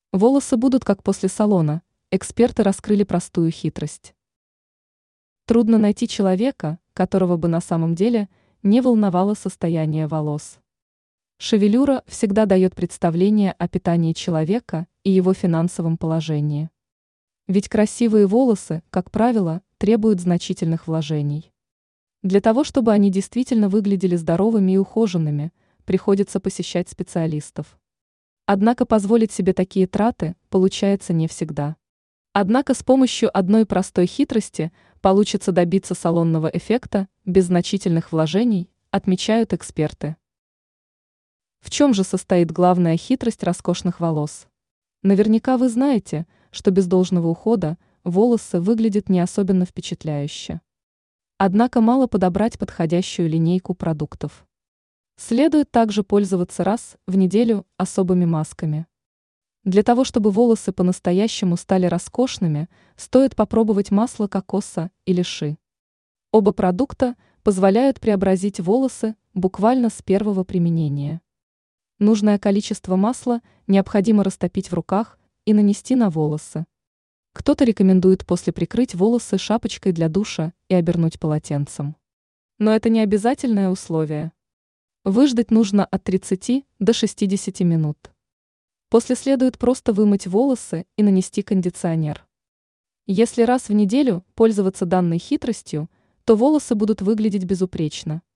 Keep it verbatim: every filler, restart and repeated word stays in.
Волосы будут как после салона. Эксперты раскрыли простую хитрость. Трудно найти человека, которого бы на самом деле не волновало состояние волос. Шевелюра всегда дает представление о питании человека и его финансовом положении. Ведь красивые волосы, как правило, требуют значительных вложений. Для того, чтобы они действительно выглядели здоровыми и ухоженными, приходится посещать специалистов. Однако позволить себе такие траты получается не всегда. Однако с помощью одной простой хитрости получится добиться салонного эффекта без значительных вложений, отмечают эксперты. В чем же состоит главная хитрость роскошных волос? Наверняка вы знаете, что без должного ухода волосы выглядят не особенно впечатляюще. Однако мало подобрать подходящую линейку продуктов. Следует также пользоваться раз в неделю особыми масками. Для того, чтобы волосы по-настоящему стали роскошными, стоит попробовать масло кокоса или ши. Оба продукта позволяют преобразить волосы буквально с первого применения. Нужное количество масла необходимо растопить в руках и нанести на волосы. Кто-то рекомендует после прикрыть волосы шапочкой для душа и обернуть полотенцем. Но это не обязательное условие. Выждать нужно от тридцати до шестидесяти минут. После следует просто вымыть волосы и нанести кондиционер. Если раз в неделю пользоваться данной хитростью, то волосы будут выглядеть безупречно.